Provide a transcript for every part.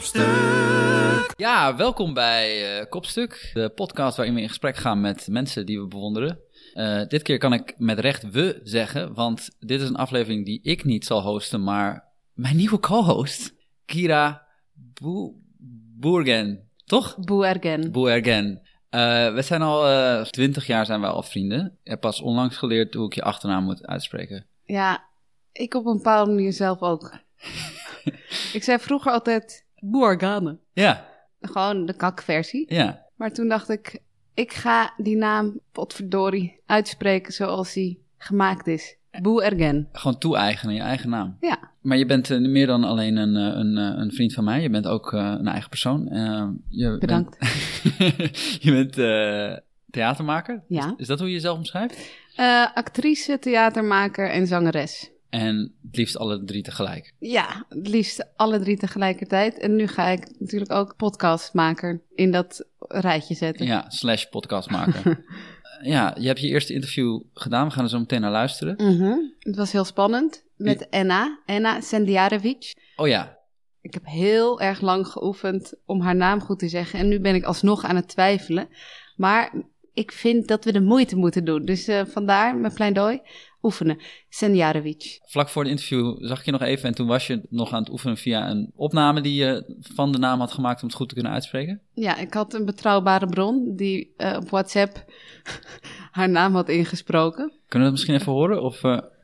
Kopstuk. Ja, welkom bij Kopstuk, de podcast waarin we in gesprek gaan met mensen die we bewonderen. Dit keer kan ik met recht we zeggen, want dit is een aflevering die ik niet zal hosten, maar mijn nieuwe co-host, Kira Boergen, toch? Boergen. We zijn al 20 jaar zijn wij al vrienden. Ik heb pas onlangs geleerd hoe ik je achternaam moet uitspreken. Ja, ik op een bepaalde manier zelf ook. Ik zei vroeger altijd Boergane. Ja. Gewoon de kakversie. Ja. Maar toen dacht ik ga die naam, potverdorie, uitspreken zoals die gemaakt is. Boergen. Gewoon toe-eigenen, je eigen naam. Ja. Maar je bent meer dan alleen een vriend van mij. Je bent ook een eigen persoon. Bedankt. Je bent theatermaker. Ja. Is dat hoe je jezelf omschrijft? Actrice, theatermaker en zangeres. En het liefst alle drie tegelijk. Ja, het liefst alle drie tegelijkertijd. En nu ga ik natuurlijk ook podcastmaker in dat rijtje zetten. Ja, /podcastmaker. Ja, je hebt je eerste interview gedaan. We gaan er zo meteen naar luisteren. Mm-hmm. Het was heel spannend. Met Enna Sendjarevic. Oh ja. Ik heb heel erg lang geoefend om haar naam goed te zeggen. En nu ben ik alsnog aan het twijfelen. Maar ik vind dat we de moeite moeten doen. Dus vandaar mijn pleidooi. Oefenen. Sendjarevic. Vlak voor het interview zag ik je nog even en toen was je nog aan het oefenen via een opname die je van de naam had gemaakt om het goed te kunnen uitspreken? Ja, ik had een betrouwbare bron die op WhatsApp haar naam had ingesproken. Kunnen we dat misschien even horen? Of,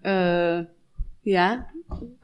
ja.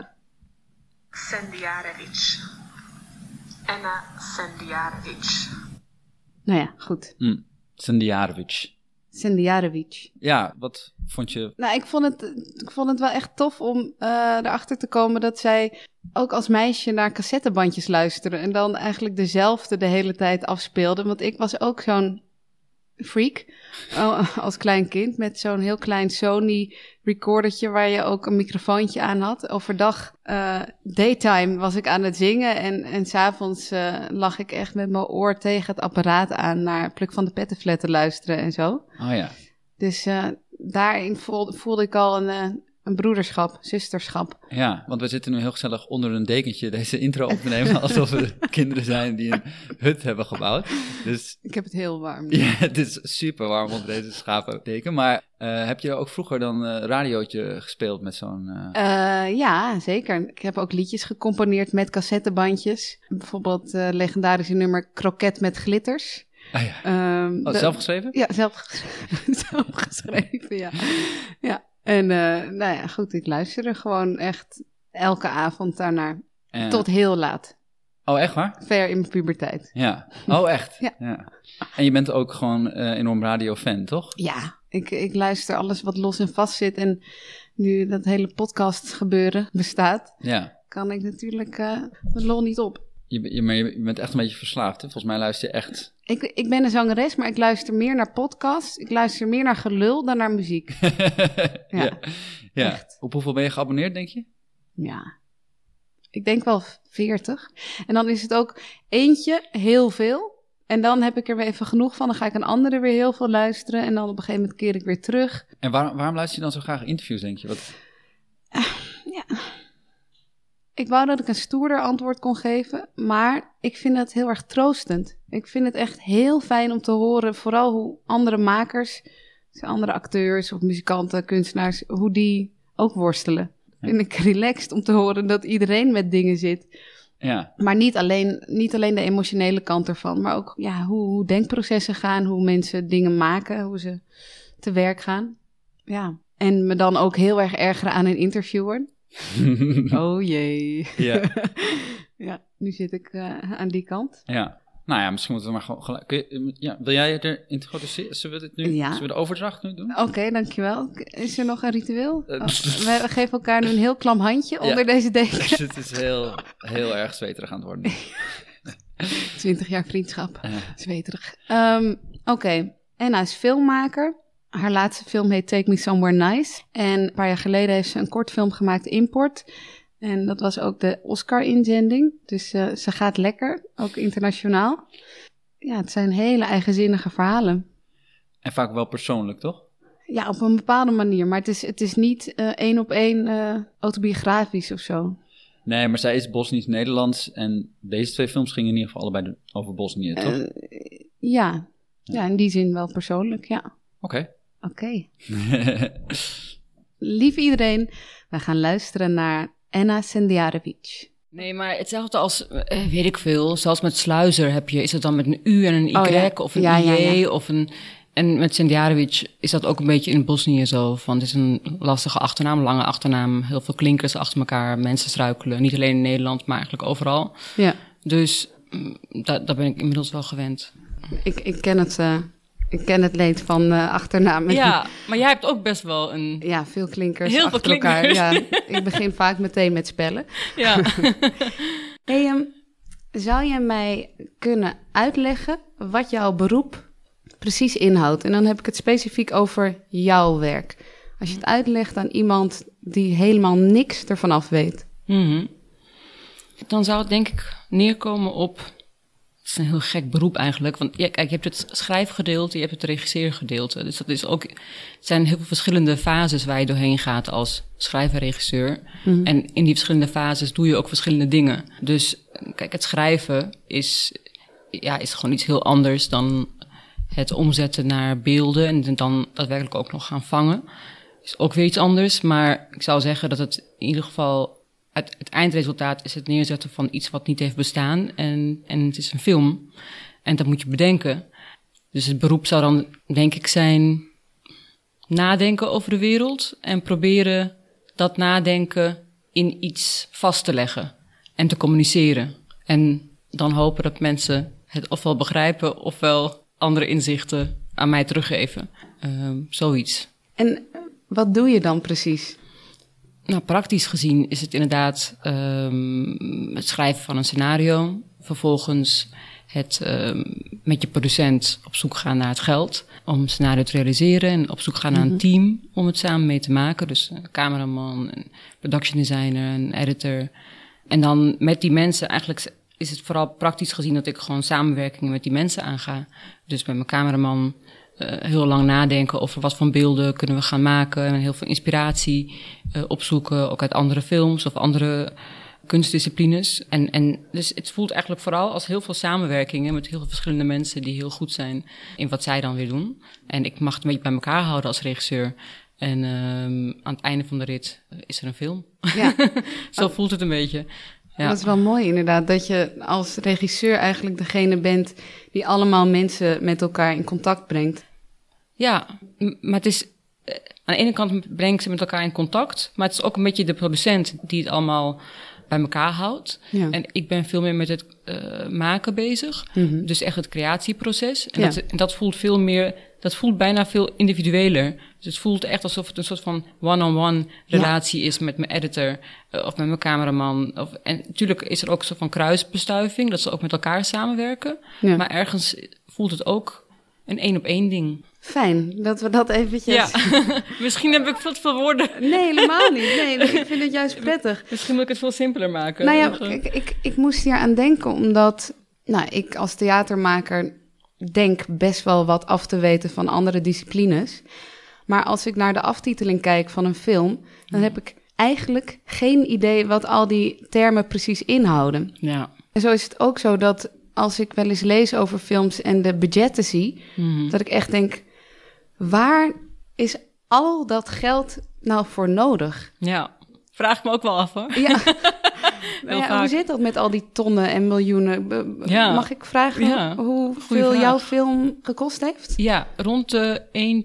Sendjarevic. Enna Sendjarevic. Nou ja, goed. Sendjarevic. Sendjarevic. Ja, wat vond je? Nou, ik vond het wel echt tof om erachter te komen dat zij ook als meisje naar cassettebandjes luisterde. En dan eigenlijk dezelfde de hele tijd afspeelde. Want ik was ook zo'n freak als klein kind met zo'n heel klein Sony recordertje waar je ook een microfoontje aan had. Overdag, daytime was ik aan het zingen en 's avonds lag ik echt met mijn oor tegen het apparaat aan naar Pluk van de Pettenflat te luisteren en zo. Oh ja. Dus daarin voelde ik al een broederschap, zusterschap. Ja, want we zitten nu heel gezellig onder een dekentje deze intro op te nemen, alsof we kinderen zijn die een hut hebben gebouwd. Dus ik heb het heel warm. Ja, het is super warm onder deze schapendeken. Maar heb je ook vroeger dan radiootje gespeeld met zo'n... Ja, zeker. Ik heb ook liedjes gecomponeerd met cassettebandjes. Bijvoorbeeld legendarische nummer Kroket met glitters. Ah ja. Zelf geschreven? Ja, zelf geschreven, ja. Ja. En nou ja, goed, ik luisterde gewoon echt elke avond daarnaar. Tot heel laat. Oh, echt waar? Ver in mijn puberteit. Ja. Oh, echt? Ja. En je bent ook gewoon enorm radiofan, toch? Ja, ik luister alles wat los en vast zit. En nu dat hele podcast gebeuren bestaat, kan ik natuurlijk de lol niet op. Je bent echt een beetje verslaafd, hè? Volgens mij luister je echt... Ik ben een zangeres, maar ik luister meer naar podcasts. Ik luister meer naar gelul dan naar muziek. Ja. Echt. Op hoeveel ben je geabonneerd, denk je? Ja, ik denk wel 40. En dan is het ook eentje heel veel. En dan heb ik er weer even genoeg van. Dan ga ik een andere weer heel veel luisteren. En dan op een gegeven moment keer ik weer terug. En waarom luister je dan zo graag interviews, denk je? Ja... Ik wou dat ik een stoerder antwoord kon geven, maar ik vind dat heel erg troostend. Ik vind het echt heel fijn om te horen, vooral hoe andere makers, andere acteurs of muzikanten, kunstenaars, hoe die ook worstelen. Ja. Vind ik relaxed om te horen dat iedereen met dingen zit. Ja. Maar niet alleen de emotionele kant ervan, maar ook hoe denkprocessen gaan, hoe mensen dingen maken, hoe ze te werk gaan. Ja. En me dan ook heel erg ergeren aan een interviewer. Oh jee. Ja. Ja, nu zit ik aan die kant. Ja. Nou ja, misschien moeten we maar gewoon gelijk... wil jij het er introduceren? Zullen we het nu? Ja. Zullen we de overdracht nu doen? Oké, dankjewel. Is er nog een ritueel? We geven elkaar nu een heel klam handje onder deze deken. Het is heel erg zweterig aan het worden. 20 jaar vriendschap. Zweterig. Oké. Enna is filmmaker. Haar laatste film heet Take Me Somewhere Nice. En een paar jaar geleden heeft ze een kortfilm gemaakt, Import. En dat was ook de Oscar-inzending. Dus ze gaat lekker, ook internationaal. Ja, het zijn hele eigenzinnige verhalen. En vaak wel persoonlijk, toch? Ja, op een bepaalde manier. Maar het is niet 1 op 1 autobiografisch of zo. Nee, maar zij is Bosnisch-Nederlands en deze 2 films gingen in ieder geval allebei over Bosnië, toch? Ja, in die zin wel persoonlijk, ja. Oké. Lieve iedereen, wij gaan luisteren naar Anna Sendiarevic. Nee, maar hetzelfde als, weet ik veel, zelfs met Sluizer heb je, is het dan met een U en een Y of een IJ of een... En met Sendiarevic is dat ook een beetje in Bosnië zo. Van, het is een lastige achternaam, lange achternaam. Heel veel klinkers achter elkaar, mensen struikelen. Niet alleen in Nederland, maar eigenlijk overal. Ja. Dus daar ben ik inmiddels wel gewend. Ik ken het leed van achternamen. Ja, maar jij hebt ook best wel een... Ja, veel klinkers heel achter veel klinkers. elkaar. Ja, ik begin vaak meteen met spellen. Ja. Hey, zou je mij kunnen uitleggen wat jouw beroep precies inhoudt? En dan heb ik het specifiek over jouw werk. Als je het uitlegt aan iemand die helemaal niks ervan af weet. Mm-hmm. Dan zou het denk ik neerkomen op... Het is een heel gek beroep eigenlijk. Want ja, kijk, je hebt het schrijfgedeelte, je hebt het regisseergedeelte. Dus dat is ook... Het zijn heel veel verschillende fases waar je doorheen gaat als schrijver-regisseur. Mm-hmm. En in die verschillende fases doe je ook verschillende dingen. Dus kijk, het schrijven is gewoon iets heel anders dan het omzetten naar beelden en dan daadwerkelijk ook nog gaan vangen. Is ook weer iets anders, maar ik zou zeggen dat het in ieder geval... Het eindresultaat is het neerzetten van iets wat niet heeft bestaan en het is een film. En dat moet je bedenken. Dus het beroep zou dan, denk ik, zijn nadenken over de wereld en proberen dat nadenken in iets vast te leggen en te communiceren. En dan hopen dat mensen het ofwel begrijpen ofwel andere inzichten aan mij teruggeven. Zoiets. En wat doe je dan precies? Nou, praktisch gezien is het inderdaad het schrijven van een scenario. Vervolgens het met je producent op zoek gaan naar het geld om een scenario te realiseren. En op zoek gaan naar een team om het samen mee te maken. Dus een cameraman, een production designer, een editor. En dan met die mensen eigenlijk is het vooral praktisch gezien dat ik gewoon samenwerkingen met die mensen aanga. Dus met mijn cameraman heel lang nadenken over wat voor beelden kunnen we gaan maken. En heel veel inspiratie opzoeken, ook uit andere films of andere kunstdisciplines. En dus het voelt eigenlijk vooral als heel veel samenwerkingen met heel veel verschillende mensen die heel goed zijn in wat zij dan weer doen. En ik mag het een beetje bij elkaar houden als regisseur. En aan het einde van de rit is er een film. Ja. Zo voelt het een beetje. Ja. Dat is wel mooi inderdaad, dat je als regisseur eigenlijk degene bent die allemaal mensen met elkaar in contact brengt. Ja, maar het is... Aan de ene kant breng ik ze met elkaar in contact, maar het is ook een beetje de producent die het allemaal bij elkaar houdt. Ja. En ik ben veel meer met het maken bezig, dus echt het creatieproces. En dat voelt veel meer... Dat voelt bijna veel individueler. Dus het voelt echt alsof het een soort van one-on-one relatie is met mijn editor of met mijn cameraman. En natuurlijk is er ook een soort van kruisbestuiving, dat ze ook met elkaar samenwerken. Ja. Maar ergens voelt het ook een één-op-één ding. Fijn, dat we dat eventjes... Ja, misschien heb ik veel woorden. Nee, helemaal niet. Nee, ik vind het juist prettig. Misschien moet ik het veel simpeler maken. Nou ja, ik moest hier aan denken, omdat ik als theatermaker denk best wel wat af te weten van andere disciplines. Maar als ik naar de aftiteling kijk van een film, dan heb ik eigenlijk geen idee wat al die termen precies inhouden. Ja. En zo is het ook zo dat als ik wel eens lees over films en de budgetten zie, dat ik echt denk, waar is al dat geld nou voor nodig? Ja, vraag ik me ook wel af hoor. Ja. Hoe zit dat met al die tonnen en miljoenen? Mag ik vragen hoeveel jouw film gekost heeft? Ja, rond de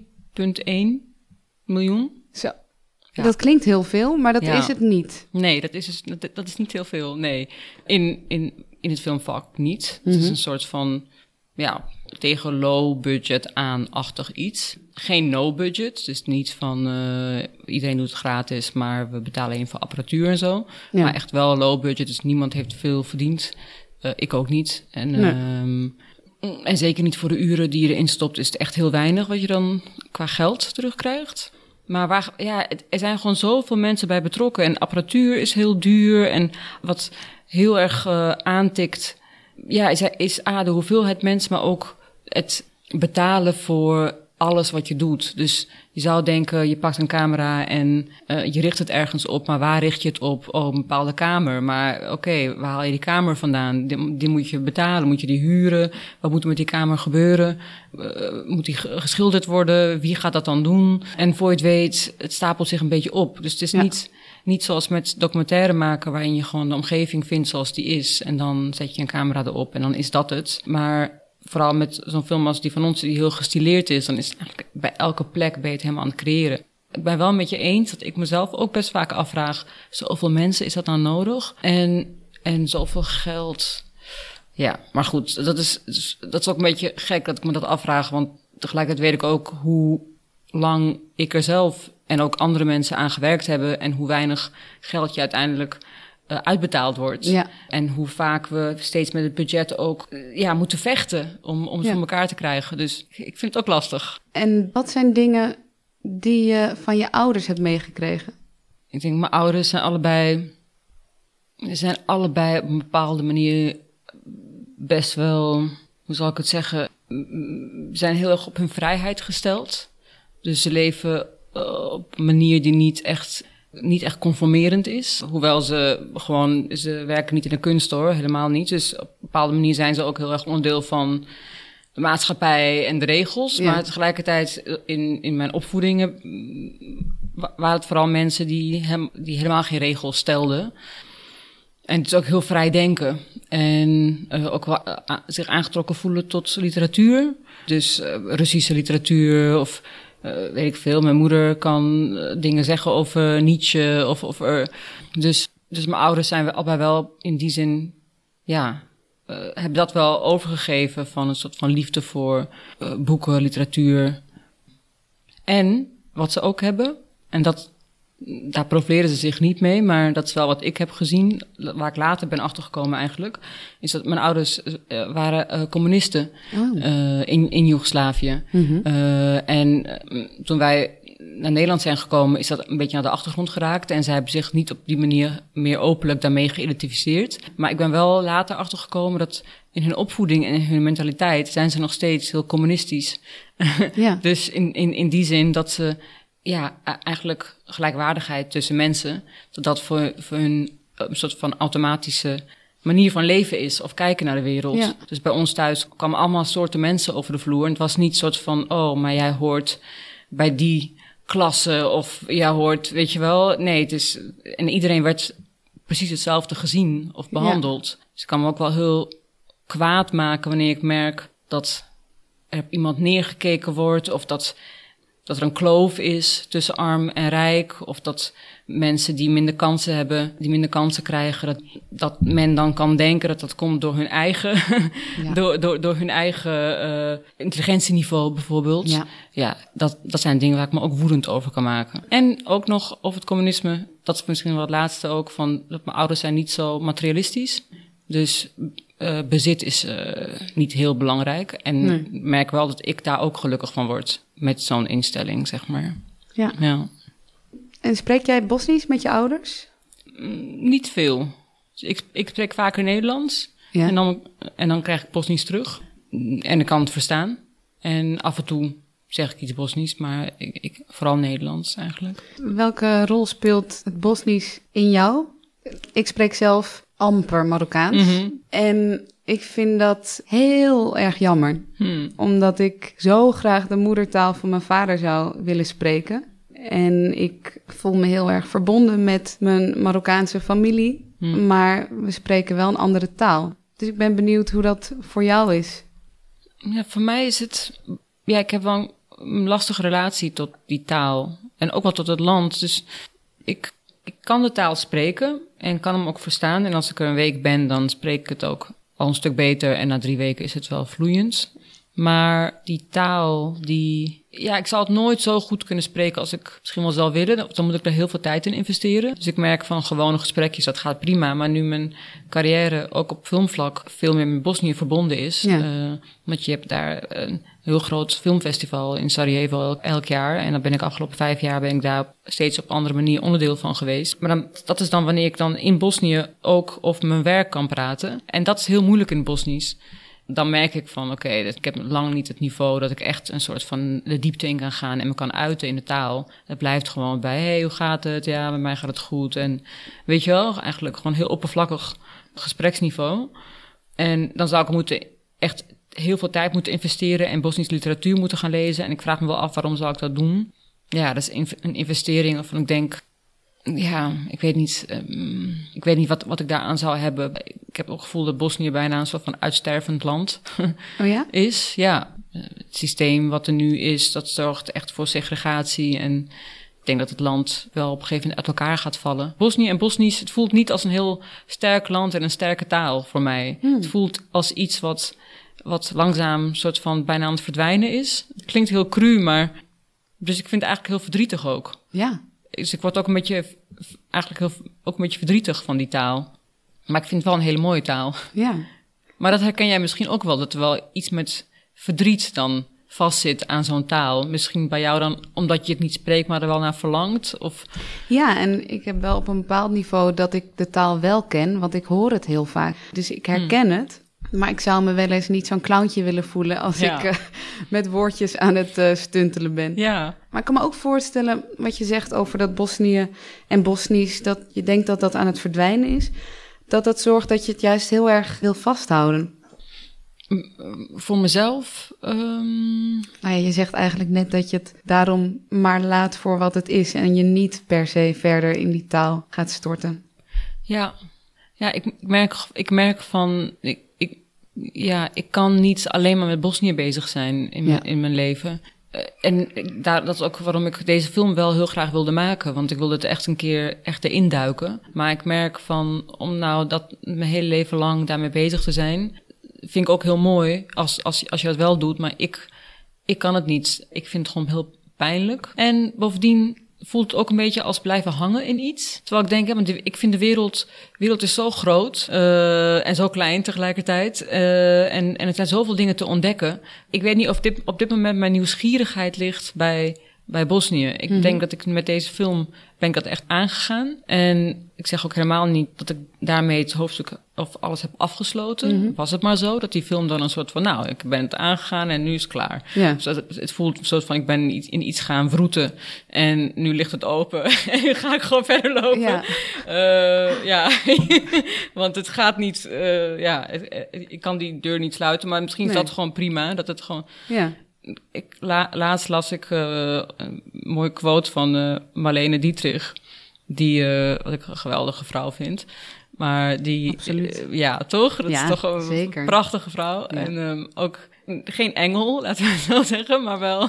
1,1 miljoen. Zo. Ja. Dat klinkt heel veel, maar dat is het niet. Nee, dat is niet heel veel. Nee, in het filmvak niet. Het is een soort van tegen low budget aan-achtig iets. Geen no budget, dus niet van iedereen doet het gratis, maar we betalen even voor apparatuur en zo. Ja. Maar echt wel low budget, dus niemand heeft veel verdiend. Ik ook niet. En zeker niet voor de uren die je erin stopt, is het echt heel weinig wat je dan qua geld terugkrijgt. Maar er zijn gewoon zoveel mensen bij betrokken en apparatuur is heel duur en wat heel erg aantikt, is de hoeveelheid mensen, maar ook het betalen voor alles wat je doet. Dus je zou denken, je pakt een camera en je richt het ergens op. Maar waar richt je het op? Oh, een bepaalde kamer. Maar oké, waar haal je die kamer vandaan? Die moet je betalen, moet je die huren? Wat moet er met die kamer gebeuren? Moet die geschilderd worden? Wie gaat dat dan doen? En voor je het weet, het stapelt zich een beetje op. Dus het is niet zoals met documentaire maken, waarin je gewoon de omgeving vindt zoals die is. En dan zet je een camera erop en dan is dat het. Maar vooral met zo'n film als die van ons, die heel gestileerd is, dan is het eigenlijk bij elke plek ben je het helemaal aan het creëren. Ik ben wel met je eens dat ik mezelf ook best vaak afvraag, zoveel mensen, is dat nou nodig? En zoveel geld. Ja, maar goed, dat is ook een beetje gek dat ik me dat afvraag, want tegelijkertijd weet ik ook hoe lang ik er zelf en ook andere mensen aan gewerkt hebben en hoe weinig geld je uiteindelijk uitbetaald wordt. Ja. En hoe vaak we steeds met het budget ook moeten vechten om ze voor elkaar te krijgen. Dus ik vind het ook lastig. En wat zijn dingen die je van je ouders hebt meegekregen? Ik denk, mijn ouders zijn allebei op een bepaalde manier best wel, hoe zal ik het zeggen, zijn heel erg op hun vrijheid gesteld. Dus ze leven op een manier die niet echt conformerend is. Hoewel ze werken niet in de kunst hoor, helemaal niet. Dus op een bepaalde manier zijn ze ook heel erg onderdeel van de maatschappij en de regels. Ja. Maar tegelijkertijd in mijn opvoedingen waren het vooral mensen die helemaal geen regels stelden. En het is ook heel vrij denken. En ook wel zich aangetrokken voelen tot literatuur. Dus Russische literatuur of weet ik veel. Mijn moeder kan dingen zeggen over Nietzsche. Dus mijn ouders zijn we allebei wel in die zin, hebben dat wel overgegeven van een soort van liefde voor boeken, literatuur. En wat ze ook hebben, en daar profileren ze zich niet mee, maar dat is wel wat ik heb gezien, waar ik later ben achtergekomen eigenlijk, is dat mijn ouders waren communisten in Joegoslavië. Mm-hmm. En toen wij naar Nederland zijn gekomen, is dat een beetje naar de achtergrond geraakt. En zij hebben zich niet op die manier meer openlijk daarmee geïdentificeerd. Maar ik ben wel later achtergekomen dat in hun opvoeding en in hun mentaliteit zijn ze nog steeds heel communistisch. Ja. Dus in die zin dat ze eigenlijk gelijkwaardigheid tussen mensen, dat voor hun een soort van automatische manier van leven is of kijken naar de wereld. Ja. Dus bij ons thuis kwamen allemaal soorten mensen over de vloer. En het was niet soort van, maar jij hoort bij die klasse of jij hoort, weet je wel. Nee, het is, en iedereen werd precies hetzelfde gezien of behandeld. Ja. Dus ik kan me ook wel heel kwaad maken wanneer ik merk dat er op iemand neergekeken wordt of dat er een kloof is tussen arm en rijk, of dat mensen die minder kansen hebben, die minder kansen krijgen, dat men dan kan denken dat komt door hun eigen, door hun eigen intelligentieniveau bijvoorbeeld. Ja, dat zijn dingen waar ik me ook woedend over kan maken. En ook nog over het communisme, dat is misschien wel het laatste ook, van dat mijn ouders zijn niet zo materialistisch. Dus bezit is niet heel belangrijk. En ik merk wel dat ik daar ook gelukkig van word met zo'n instelling, zeg maar. Ja. En spreek jij Bosnisch met je ouders? Niet veel. Dus ik spreek vaker Nederlands. Ja. En dan krijg ik Bosnisch terug. En ik kan het verstaan. En af en toe zeg ik iets Bosnisch, maar ik vooral Nederlands eigenlijk. Welke rol speelt het Bosnisch in jou? Ik spreek zelf amper Marokkaans. Mm-hmm. En ik vind dat heel erg jammer. Omdat ik zo graag de moedertaal van mijn vader zou willen spreken. En ik voel me heel erg verbonden met mijn Marokkaanse familie. Maar we spreken wel een andere taal. Dus ik ben benieuwd hoe dat voor jou is. Ja, voor mij is het... Ja, ik heb wel een lastige relatie tot die taal. En ook wel tot het land. Dus ik kan de taal spreken en kan hem ook verstaan. En als ik er een week ben, dan spreek ik het ook al een stuk beter. En na 3 weken is het wel vloeiend. Maar die taal, ik zal het nooit zo goed kunnen spreken als ik misschien wel zou willen. Dan moet ik er heel veel tijd in investeren. Dus ik merk van gewone gesprekjes, dat gaat prima. Maar nu mijn carrière ook op filmvlak veel meer met Bosnië verbonden is. Ja. Want je hebt daar een heel groot filmfestival in Sarajevo elk jaar. En dan ben ik afgelopen 5 jaar daar steeds op een andere manier onderdeel van geweest. Maar dat is dan wanneer ik dan in Bosnië ook over mijn werk kan praten. En dat is heel moeilijk in het Bosnisch. dan merk ik van, oké, ik heb lang niet het niveau dat ik echt een soort van de diepte in kan gaan en me kan uiten in de taal. Het blijft gewoon bij, hey, hoe gaat het? Ja, bij mij gaat het goed. En weet je wel, eigenlijk gewoon heel oppervlakkig gespreksniveau. En dan zou ik echt heel veel tijd moeten investeren en Bosnische literatuur moeten gaan lezen. En ik vraag me wel af, waarom zou ik dat doen? Ja, dat is een investering waarvan ik denk, ja, ik weet niet wat ik daaraan zou hebben. Ik heb ook het gevoel dat Bosnië bijna een soort van uitstervend land is. Ja, het systeem wat er nu is, dat zorgt echt voor segregatie. En ik denk dat het land wel op een gegeven moment uit elkaar gaat vallen. Bosnië en Bosnisch, het voelt niet als een heel sterk land en een sterke taal voor mij. Het voelt als iets wat langzaam soort van bijna aan het verdwijnen is. Het klinkt heel cru, maar dus ik vind het eigenlijk heel verdrietig ook. Ja. Dus ik word ook een beetje verdrietig van die taal. Maar ik vind het wel een hele mooie taal. Ja. Maar dat herken jij misschien ook wel, dat er wel iets met verdriet dan vastzit aan zo'n taal. Misschien bij jou dan omdat je het niet spreekt, maar er wel naar verlangt? Of... Ja, en ik heb wel op een bepaald niveau dat ik de taal wel ken, want ik hoor het heel vaak. Dus ik herken het. Maar ik zou me wel eens niet zo'n clowntje willen voelen als ik met woordjes aan het stuntelen ben. Ja. Maar ik kan me ook voorstellen wat je zegt over dat Bosnië en Bosnisch, dat je denkt dat dat aan het verdwijnen is. Dat zorgt dat je het juist heel erg wil vasthouden. Voor mezelf? Nou ja, je zegt eigenlijk net dat je het daarom maar laat voor wat het is en je niet per se verder in die taal gaat storten. Ja, ik merk van... Ik kan niet alleen maar met Bosnië bezig zijn in mijn leven. En dat is ook waarom ik deze film wel heel graag wilde maken. Want ik wilde het echt een keer erin duiken. Maar ik merk van, om nou dat mijn hele leven lang daarmee bezig te zijn, vind ik ook heel mooi als je dat wel doet. Maar ik kan het niet. Ik vind het gewoon heel pijnlijk. En bovendien voelt het ook een beetje als blijven hangen in iets. Terwijl ik denk, want ik vind de wereld is zo groot en zo klein tegelijkertijd. En er zijn zoveel dingen te ontdekken. Ik weet niet of op dit moment mijn nieuwsgierigheid ligt bij Bosnië. Ik denk dat ik met deze film ben ik dat echt aangegaan. En ik zeg ook helemaal niet dat ik daarmee het hoofdstuk of alles heb afgesloten. Was het maar zo, dat die film dan een soort van, nou, ik ben het aangegaan en nu is het klaar. Ja. Dus het voelt een soort van, ik ben in iets gaan vroeten en nu ligt het open en nu ga ik gewoon verder lopen. Ja, want het gaat niet, ik kan die deur niet sluiten, maar misschien is dat gewoon prima, dat het gewoon... Ja. Laatst las ik een mooie quote van Marlene Dietrich, die wat ik een geweldige vrouw vind. Maar die... ja, toch? Dat is toch een prachtige vrouw. Ja. En ook geen engel, laten we het zo zeggen, maar wel...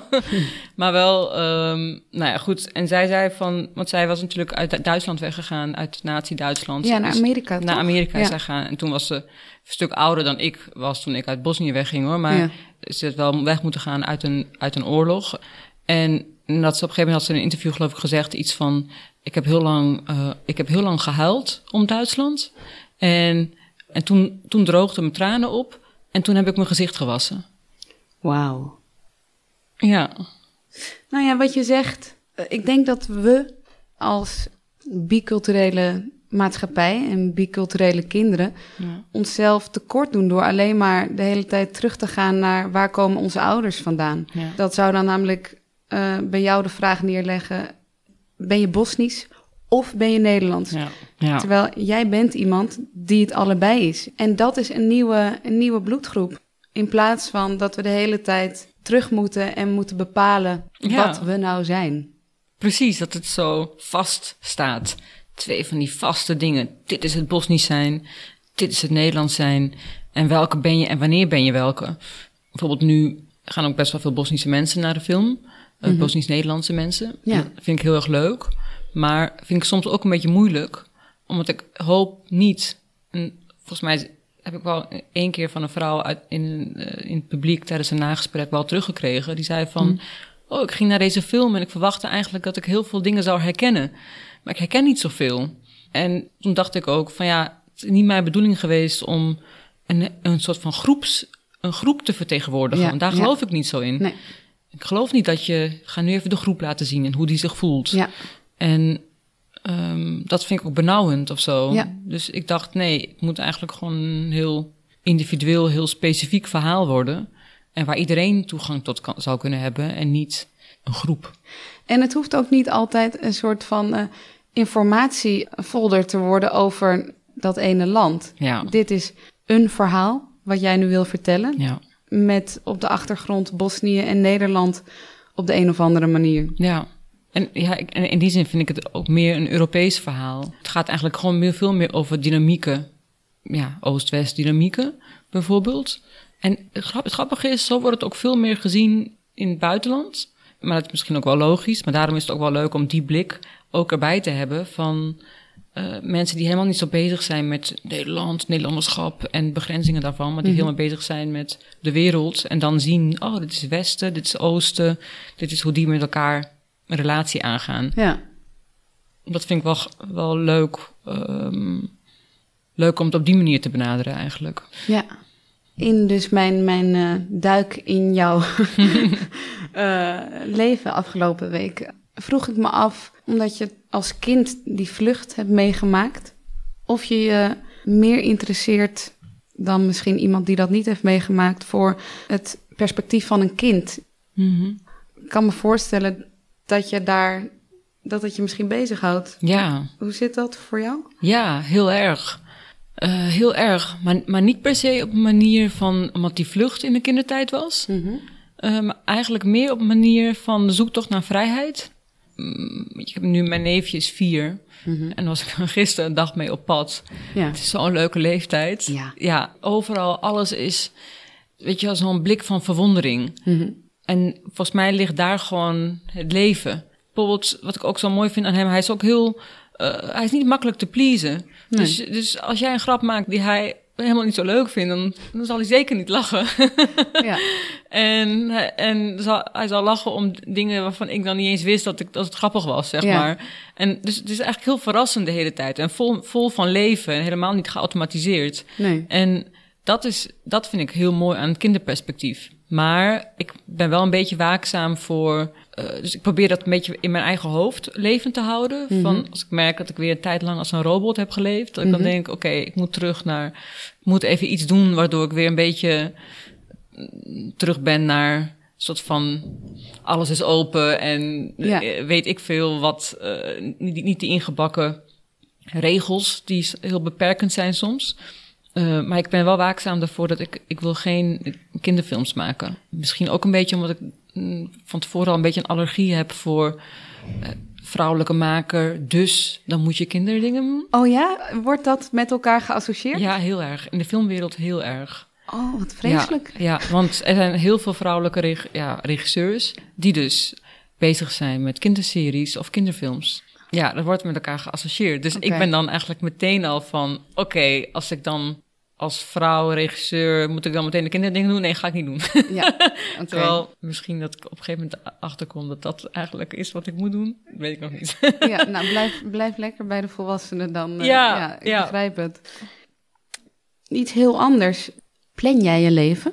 nou ja, goed. En zij zei van... Want zij was natuurlijk uit Duitsland weggegaan, uit Nazi-Duitsland. Ja, naar Amerika, Naar Amerika is zij gaan. En toen was ze een stuk ouder dan ik was toen ik uit Bosnië wegging, hoor. Maar ze had wel weg moeten gaan uit een oorlog. En dat ze op een gegeven moment had ze in een interview, geloof ik, gezegd iets van... Ik heb heel lang gehuild om Duitsland. En toen droogden mijn tranen op. En toen heb ik mijn gezicht gewassen. Wauw. Ja. Nou ja, wat je zegt... Ik denk dat we als biculturele maatschappij en biculturele kinderen... onszelf tekort doen door alleen maar de hele tijd terug te gaan naar... waar komen onze ouders vandaan? Ja. Dat zou dan namelijk bij jou de vraag neerleggen... Ben je Bosnisch of ben je Nederlands? Ja. Ja. Terwijl jij bent iemand die het allebei is. En dat is een nieuwe bloedgroep. In plaats van dat we de hele tijd terug moeten en moeten bepalen wat we nou zijn. Precies, dat het zo vast staat. 2 van die vaste dingen. Dit is het Bosnisch zijn, dit is het Nederlands zijn. En welke ben je en wanneer ben je welke? Bijvoorbeeld nu gaan ook best wel veel Bosnische mensen naar de film... Bosnisch-Nederlandse mensen. Ja. Dat vind ik heel erg leuk. Maar vind ik soms ook een beetje moeilijk. Omdat ik hoop niet... En volgens mij heb ik wel 1 keer van een vrouw in het publiek... tijdens een nagesprek wel teruggekregen. Die zei van... ik ging naar deze film en ik verwachtte eigenlijk... dat ik heel veel dingen zou herkennen. Maar ik herken niet zoveel. En toen dacht ik ook van het is niet mijn bedoeling geweest... om een soort van een groep te vertegenwoordigen. Want daar geloof ik niet zo in. Nee. Ik geloof niet dat ga nu even de groep laten zien en hoe die zich voelt. Ja. En dat vind ik ook benauwend of zo. Ja. Dus ik dacht, nee, ik moet eigenlijk gewoon heel individueel heel specifiek verhaal worden. En waar iedereen toegang tot zou kunnen hebben en niet een groep. En het hoeft ook niet altijd een soort van informatiefolder te worden over dat ene land. Ja. Dit is een verhaal wat jij nu wil vertellen. Ja. Met op de achtergrond Bosnië en Nederland op de een of andere manier. Ja. En in die zin vind ik het ook meer een Europees verhaal. Het gaat eigenlijk gewoon veel meer over dynamieken. Ja, Oost-West dynamieken bijvoorbeeld. En het grappige is, zo wordt het ook veel meer gezien in het buitenland. Maar dat is misschien ook wel logisch. Maar daarom is het ook wel leuk om die blik ook erbij te hebben van mensen die helemaal niet zo bezig zijn met Nederland, Nederlanderschap en begrenzingen daarvan. Maar die helemaal bezig zijn met de wereld. En dan zien, oh, dit is Westen, dit is Oosten. Dit is hoe die met elkaar een relatie aangaan. Ja. Dat vind ik wel leuk. Leuk om het op die manier te benaderen eigenlijk. Ja. In dus mijn duik in jouw leven afgelopen week vroeg ik me af, omdat je als kind die vlucht hebt meegemaakt, of je je meer interesseert dan misschien iemand die dat niet heeft meegemaakt voor het perspectief van een kind. Mm-hmm. Ik kan me voorstellen dat het je misschien bezighoudt. Ja. Hoe zit dat voor jou? Ja, heel erg. Heel erg, maar niet per se op een manier van, omdat die vlucht in de kindertijd was. Mm-hmm. Maar eigenlijk meer op een manier van de zoektocht naar vrijheid. Ik heb nu, mijn neefje is 4. Mm-hmm. En was ik gisteren een dag mee op pad. Ja. Het is zo'n leuke leeftijd. Ja. Overal, alles is, weet je wel, zo'n blik van verwondering. Mm-hmm. En volgens mij ligt daar gewoon het leven. Bijvoorbeeld, wat ik ook zo mooi vind aan hem, hij is ook heel, hij is niet makkelijk te pleasen. Nee. Dus als jij een grap maakt die hij helemaal niet zo leuk vindt, dan zal hij zeker niet lachen. Ja. En hij zal lachen om dingen waarvan ik dan niet eens wist dat het grappig was, zeg maar. En dus het is eigenlijk heel verrassend de hele tijd. En vol van leven en helemaal niet geautomatiseerd. Nee. En dat vind ik heel mooi aan het kinderperspectief. Maar ik ben wel een beetje waakzaam voor, dus ik probeer dat een beetje in mijn eigen hoofd levend te houden. Mm-hmm. Van als ik merk dat ik weer een tijd lang als een robot heb geleefd, dat ik dan denk, oké, ik moet even iets doen waardoor ik weer een beetje terug ben naar een soort van alles is open en weet ik veel wat, niet die ingebakken regels die heel beperkend zijn soms. Maar ik ben wel waakzaam ervoor dat ik wil geen kinderfilms maken. Misschien ook een beetje omdat ik van tevoren al een beetje een allergie heb voor vrouwelijke maker. Dus dan moet je kinderdingen doen. Oh ja? Wordt dat met elkaar geassocieerd? Ja, heel erg. In de filmwereld heel erg. Oh, wat vreselijk. Ja, want er zijn heel veel vrouwelijke regisseurs die dus bezig zijn met kinderseries of kinderfilms. Ja, dat wordt met elkaar geassocieerd. Dus ik ben dan eigenlijk meteen al van, oké, als ik dan als vrouw, regisseur, moet ik dan meteen de kinderdingen doen? Nee, ga ik niet doen. Ja, Terwijl misschien dat ik op een gegeven moment achterkom dat dat eigenlijk is wat ik moet doen. Dat weet ik nog niet. Ja, nou blijf lekker bij de volwassenen dan. Ik begrijp het. Iets heel anders. Plan jij je leven?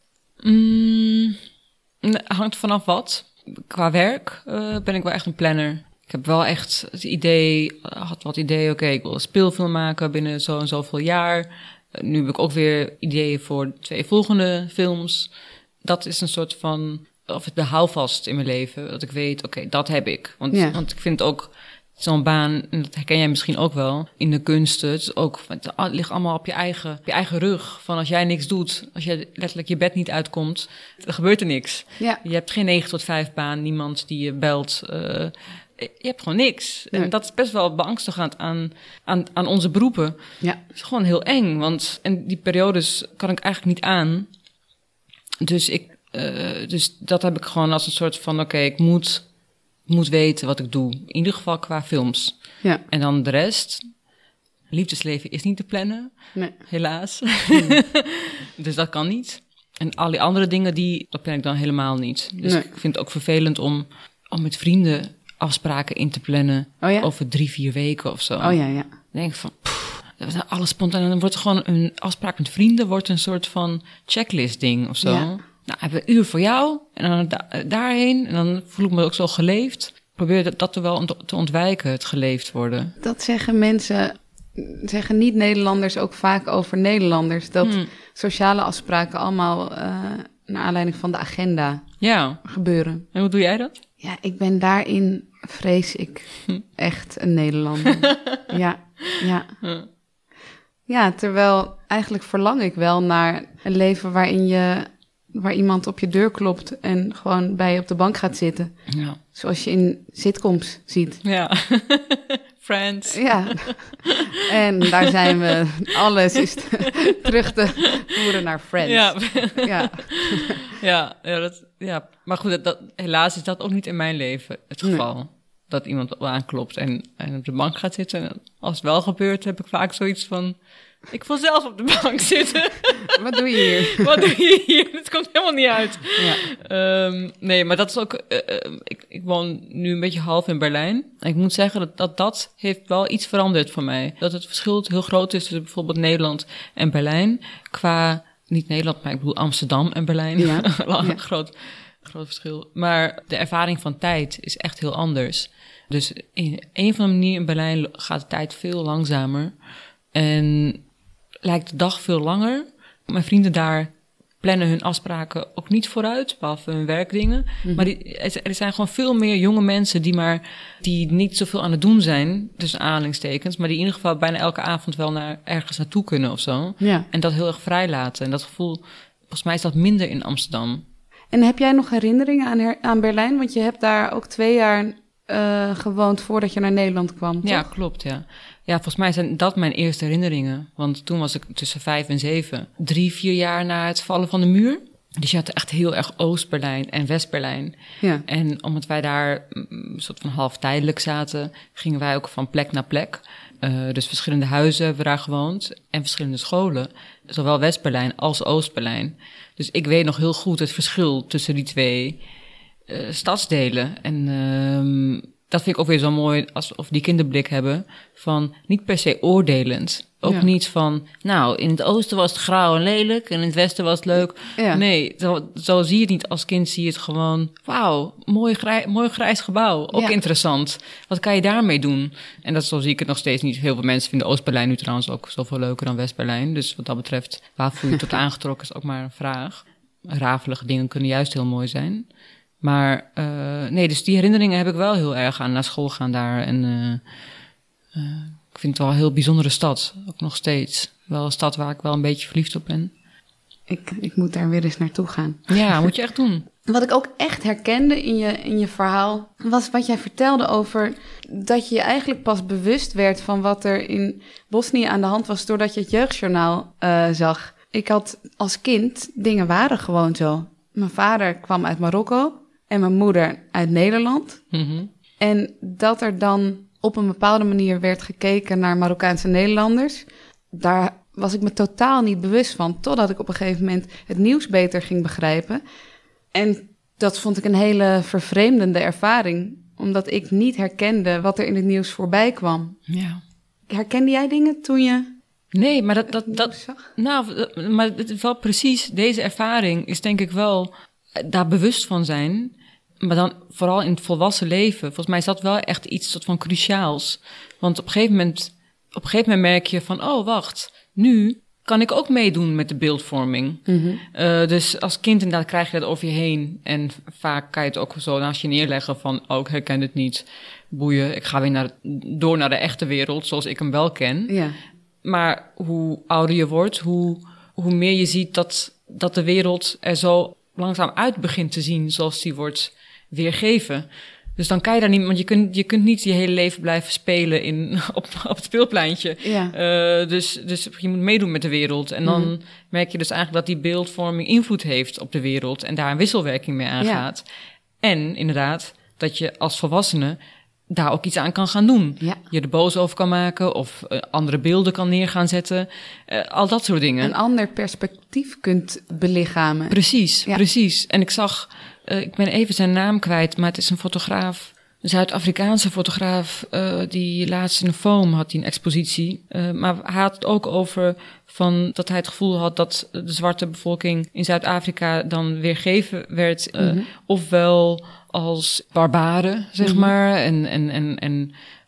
Hangt vanaf wat. Qua werk ben ik wel echt een planner. Ik heb wel echt het idee, oké, ik wil een speelfilm maken binnen zo en zoveel jaar. Nu heb ik ook weer ideeën voor 2 volgende films. Dat is een soort van, of de houvast in mijn leven. Dat ik weet, oké, dat heb ik. Want ik vind ook zo'n baan, en dat herken jij misschien ook wel, in de kunsten. Het is ook, het ligt allemaal op je eigen rug. Van als jij niks doet, als je letterlijk je bed niet uitkomt, dan gebeurt er niks. Ja. Je hebt geen 9 tot 5 baan, niemand die je belt. Je hebt gewoon niks. Nee. En dat is best wel beangstigend aan onze beroepen. Ja. Het is gewoon heel eng, en die periodes kan ik eigenlijk niet aan. Dus dat heb ik gewoon als een soort van, oké, ik moet weten wat ik doe. In ieder geval qua films. Ja. En dan de rest. Liefdesleven is niet te plannen. Nee. Helaas. Dus dat kan niet. En al die andere dingen, dat plan ik dan helemaal niet. Dus ik vind het ook vervelend om met vrienden afspraken in te plannen. Oh ja? Over 3-4 weken of zo. Oh ja. Dan denk ik van, dat is alles spontaan. En dan wordt er gewoon een afspraak met vrienden, wordt een soort van checklist ding of zo. Ja. Nou, hebben we een uur voor jou en dan daarheen. En dan voel ik me ook zo geleefd. Ik probeer dat er wel te ontwijken, het geleefd worden. Dat zeggen mensen zeggen niet-Nederlanders ook vaak over Nederlanders. Dat sociale afspraken allemaal naar aanleiding van de agenda gebeuren. En hoe doe jij dat? Ja, ik ben daarin, vrees ik, echt een Nederlander. Ja. Ja, terwijl eigenlijk verlang ik wel naar een leven waar iemand op je deur klopt en gewoon bij je op de bank gaat zitten. Ja. Zoals je in sitcoms ziet. Ja, Friends. Ja, en daar zijn we. Alles is terug te voeren naar Friends. Ja. Maar goed, helaas is dat ook niet in mijn leven het geval. Nee. Dat iemand aanklopt en op de bank gaat zitten. En als het wel gebeurt, heb ik vaak zoiets van... Ik wil zelf op de bank zitten. Wat doe je hier? Wat doe je hier? Het komt helemaal niet uit. Ja. Nee, maar dat is ook... Ik woon nu een beetje half in Berlijn. En ik moet zeggen dat heeft wel iets veranderd voor mij. Dat het verschil heel groot is tussen bijvoorbeeld Nederland en Berlijn. Qua, niet Nederland, maar ik bedoel Amsterdam en Berlijn. Ja. Groot verschil. Maar de ervaring van tijd is echt heel anders. Dus in een of andere manier in Berlijn gaat de tijd veel langzamer. En lijkt de dag veel langer. Mijn vrienden daar plannen hun afspraken ook niet vooruit, behalve hun werkdingen. Mm-hmm. Maar er zijn gewoon veel meer jonge mensen die niet zoveel aan het doen zijn, tussen aanhalingstekens, maar die in ieder geval bijna elke avond wel ergens naartoe kunnen of zo. Ja. En dat heel erg vrij laten. En dat gevoel, volgens mij is dat minder in Amsterdam. En heb jij nog herinneringen aan Berlijn? Want je hebt daar ook 2 jaar gewoond voordat je naar Nederland kwam, toch? Ja, klopt, ja. Ja, volgens mij zijn dat mijn eerste herinneringen. Want toen was ik tussen 5 en 7. 3-4 jaar na het vallen van de muur. Dus je had echt heel erg Oost-Berlijn en West-Berlijn. Ja. En omdat wij daar een soort van half tijdelijk zaten, gingen wij ook van plek naar plek. Dus verschillende huizen hebben we daar gewoond. En verschillende scholen. Zowel West-Berlijn als Oost-Berlijn. Dus ik weet nog heel goed het verschil tussen die 2 stadsdelen. En dat vind ik ook weer zo mooi, alsof die kinderblik hebben, van niet per se oordelend. Ook niet van, nou, in het oosten was het grauw en lelijk en in het westen was het leuk. Ja. Nee, zo zie je het niet. Als kind zie je het gewoon, wauw, mooi grijs gebouw. Ook interessant. Wat kan je daarmee doen? En zo zie ik het nog steeds niet. Heel veel mensen vinden Oost-Berlijn nu trouwens ook zoveel leuker dan West-Berlijn. Dus wat dat betreft, waar voel je tot aangetrokken is ook maar een vraag. Rafelige dingen kunnen juist heel mooi zijn. Maar nee, dus die herinneringen heb ik wel heel erg aan naar school gaan daar. En ik vind het wel een heel bijzondere stad, ook nog steeds. Wel een stad waar ik wel een beetje verliefd op ben. Ik moet daar weer eens naartoe gaan. Ja, moet je echt doen. Wat ik ook echt herkende in je verhaal, was wat jij vertelde over dat je eigenlijk pas bewust werd van wat er in Bosnië aan de hand was, doordat je het jeugdjournaal zag. Ik had als kind, dingen waren gewoon zo. Mijn vader kwam uit Marokko en mijn moeder uit Nederland. Mm-hmm. En dat er dan op een bepaalde manier werd gekeken naar Marokkaanse Nederlanders, daar was ik me totaal niet bewust van, totdat ik op een gegeven moment het nieuws beter ging begrijpen. En dat vond ik een hele vervreemdende ervaring, omdat ik niet herkende wat er in het nieuws voorbij kwam. Ja. Herkende jij dingen toen je... Nee, maar maar het is wel precies, deze ervaring is denk ik wel daar bewust van zijn, maar dan vooral in het volwassen leven. Volgens mij is dat wel echt iets soort van cruciaals. Want op een gegeven moment merk je van, oh wacht, nu kan ik ook meedoen met de beeldvorming. Mm-hmm. Dus als kind inderdaad krijg je dat over je heen. En vaak kan je het ook zo naast je neerleggen van, oh, ik herken het niet, boeien, ik ga weer door naar de echte wereld, zoals ik hem wel ken. Ja. Maar hoe ouder je wordt, hoe meer je ziet dat de wereld er zo langzaam uit begint te zien zoals die wordt weergeven. Dus dan kan je daar niet, want je kunt niet je hele leven blijven spelen op het speelpleintje. Ja. Dus je moet meedoen met de wereld. En dan merk je dus eigenlijk dat die beeldvorming invloed heeft op de wereld en daar een wisselwerking mee aangaat. Ja. En inderdaad, dat je als volwassene daar ook iets aan kan gaan doen. Ja. Je er boos over kan maken of andere beelden kan neer gaan zetten. Al dat soort dingen. Een ander perspectief kunt belichamen. Precies. En ik zag, ik ben even zijn naam kwijt, maar het is een fotograaf, een Zuid-Afrikaanse fotograaf, die laatst in de Foam had die een expositie. Maar hij had het ook over van dat hij het gevoel had dat de zwarte bevolking in Zuid-Afrika dan weergegeven werd, ofwel als barbaren, zeg maar, en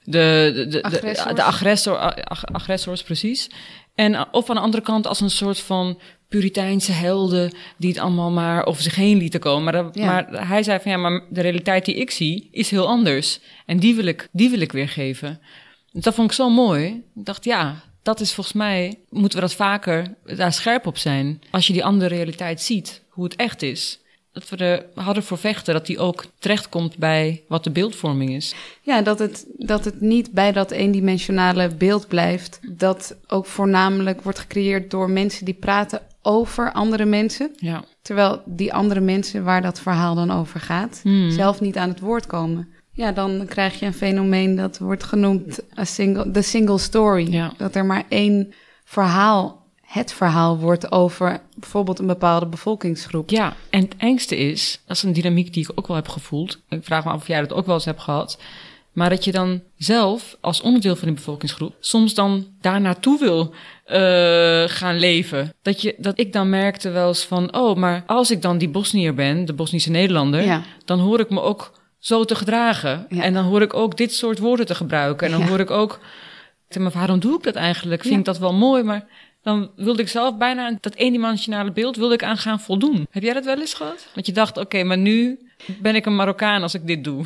de agressors, precies. En of aan de andere kant als een soort van Puriteinse helden die het allemaal maar over zich heen lieten komen. Maar hij zei van maar de realiteit die ik zie is heel anders. En die wil ik weergeven. Dus dat vond ik zo mooi. Ik dacht, dat is volgens mij, moeten we dat vaker daar scherp op zijn. Als je die andere realiteit ziet, hoe het echt is. Dat we er harder voor vechten, dat die ook terechtkomt bij wat de beeldvorming is. Ja, dat het niet bij dat eendimensionale beeld blijft. Dat ook voornamelijk wordt gecreëerd door mensen die praten over andere mensen. Ja. Terwijl die andere mensen waar dat verhaal dan over gaat, zelf niet aan het woord komen. Ja, dan krijg je een fenomeen dat wordt genoemd de single story. Ja. Dat er maar één het verhaal wordt over bijvoorbeeld een bepaalde bevolkingsgroep. Ja, en het engste is, dat is een dynamiek die ik ook wel heb gevoeld. Ik vraag me af of jij dat ook wel eens hebt gehad. Maar dat je dan zelf, als onderdeel van die bevolkingsgroep, soms dan daar naartoe wil gaan leven. Dat ik dan merkte wel eens van, maar als ik dan die Bosniër ben, de Bosnische Nederlander, dan hoor ik me ook zo te gedragen. Ja. En dan hoor ik ook dit soort woorden te gebruiken. En dan hoor ik ook, maar waarom doe ik dat eigenlijk? Vind ik dat wel mooi, maar dan wilde ik zelf bijna dat eendimensionale beeld wilde ik aan gaan voldoen. Heb jij dat wel eens gehad? Dat je dacht, oké, maar nu ben ik een Marokkaan als ik dit doe.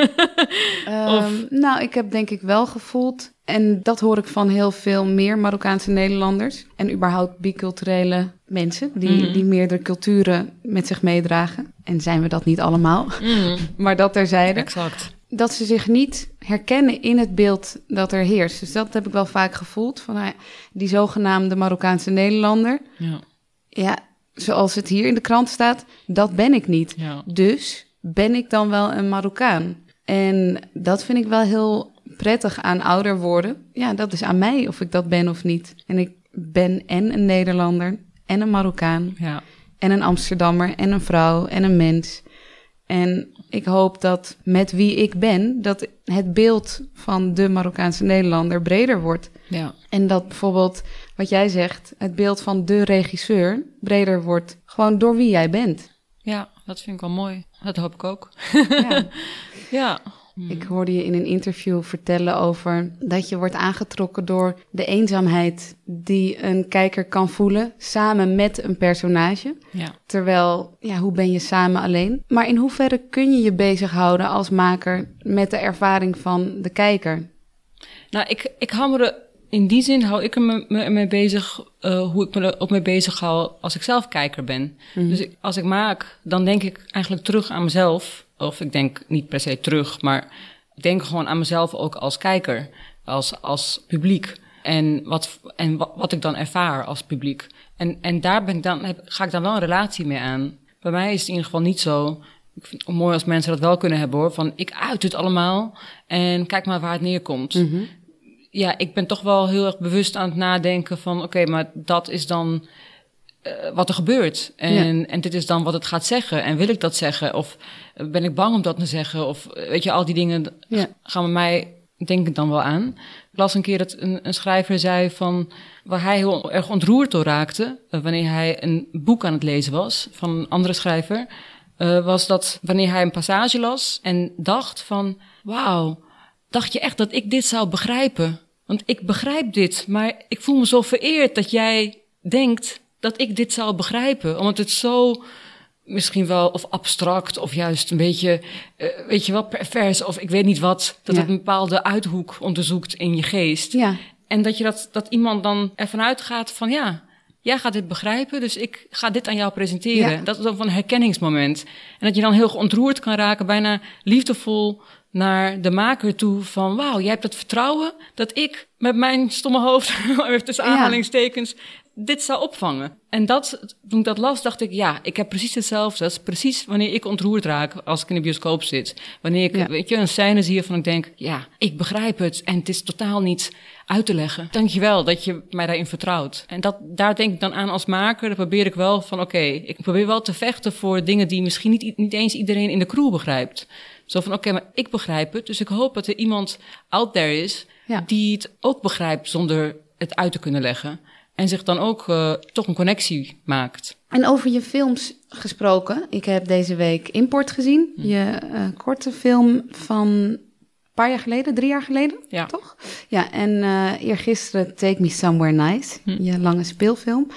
Nou, ik heb denk ik wel gevoeld, en dat hoor ik van heel veel meer Marokkaanse Nederlanders en überhaupt biculturele mensen die meerdere culturen met zich meedragen. En zijn we dat niet allemaal, maar dat terzijde. Exact. Dat ze zich niet herkennen in het beeld dat er heerst. Dus dat heb ik wel vaak gevoeld. Van die zogenaamde Marokkaanse Nederlander. Ja, zoals het hier in de krant staat, dat ben ik niet. Ja. Dus ben ik dan wel een Marokkaan? En dat vind ik wel heel prettig aan ouder worden. Ja, dat is aan mij of ik dat ben of niet. En ik ben en een Nederlander en een Marokkaan. Ja. En een Amsterdammer en een vrouw en een mens. En ik hoop dat met wie ik ben, dat het beeld van de Marokkaanse Nederlander breder wordt. Ja. En dat bijvoorbeeld, wat jij zegt, het beeld van de regisseur breder wordt, gewoon door wie jij bent. Ja, dat vind ik wel mooi. Dat hoop ik ook. Ja. Ja. Ik hoorde je in een interview vertellen over dat je wordt aangetrokken door de eenzaamheid die een kijker kan voelen, samen met een personage. Ja. Terwijl, hoe ben je samen alleen? Maar in hoeverre kun je je bezighouden als maker met de ervaring van de kijker? Nou, ik hou me er, in die zin hou ik er mee bezig, hoe ik me er ook mee bezig hou als ik zelf kijker ben. Mm-hmm. Dus als ik maak, dan denk ik eigenlijk terug aan mezelf. Of ik denk niet per se terug, maar ik denk gewoon aan mezelf ook als kijker, als publiek. En wat ik dan ervaar als publiek. En daar ga ik dan wel een relatie mee aan. Bij mij is het in ieder geval niet zo. Ik vind het mooi als mensen dat wel kunnen hebben hoor. Van ik uit het allemaal en kijk maar waar het neerkomt. Mm-hmm. Ja, ik ben toch wel heel erg bewust aan het nadenken van oké, maar dat is dan wat er gebeurt. En dit is dan wat het gaat zeggen. En wil ik dat zeggen? Of ben ik bang om dat te zeggen? Of weet je, al die dingen gaan bij mij, denk ik dan wel aan. Ik las een keer dat een schrijver zei van waar hij heel erg ontroerd door raakte, wanneer hij een boek aan het lezen was van een andere schrijver, was dat wanneer hij een passage las en dacht van wauw, dacht je echt dat ik dit zou begrijpen? Want ik begrijp dit, maar ik voel me zo vereerd dat jij denkt dat ik dit zou begrijpen. Omdat het zo misschien wel of abstract of juist een beetje, weet je wel, pervers of ik weet niet wat. Dat het een bepaalde uithoek onderzoekt in je geest. Ja. En dat je dat iemand dan ervan uitgaat van jij gaat dit begrijpen, dus ik ga dit aan jou presenteren. Ja. Dat is dan een herkenningsmoment. En dat je dan heel ontroerd kan raken, bijna liefdevol naar de maker toe van wauw, jij hebt het vertrouwen dat ik met mijn stomme hoofd, even tussen aanhalingstekens, dit zou opvangen. En toen ik dat las, dacht ik, ik heb precies hetzelfde. Dat is precies wanneer ik ontroerd raak als ik in de bioscoop zit. Wanneer ik, weet je, een scène zie waarvan ik denk, ik begrijp het en het is totaal niet uit te leggen. Dankjewel dat je mij daarin vertrouwt. En daar denk ik dan aan als maker. Dan probeer ik wel van, oké, ik probeer wel te vechten voor dingen die misschien niet eens iedereen in de crew begrijpt. Zo van, oké, maar ik begrijp het. Dus ik hoop dat er iemand out there is die het ook begrijpt zonder het uit te kunnen leggen. En zich dan ook toch een connectie maakt. En over je films gesproken. Ik heb deze week Import gezien. Je korte film van paar jaar geleden, 3 jaar geleden, Ja. toch? Ja, en eergisteren Take Me Somewhere Nice, je lange speelfilm.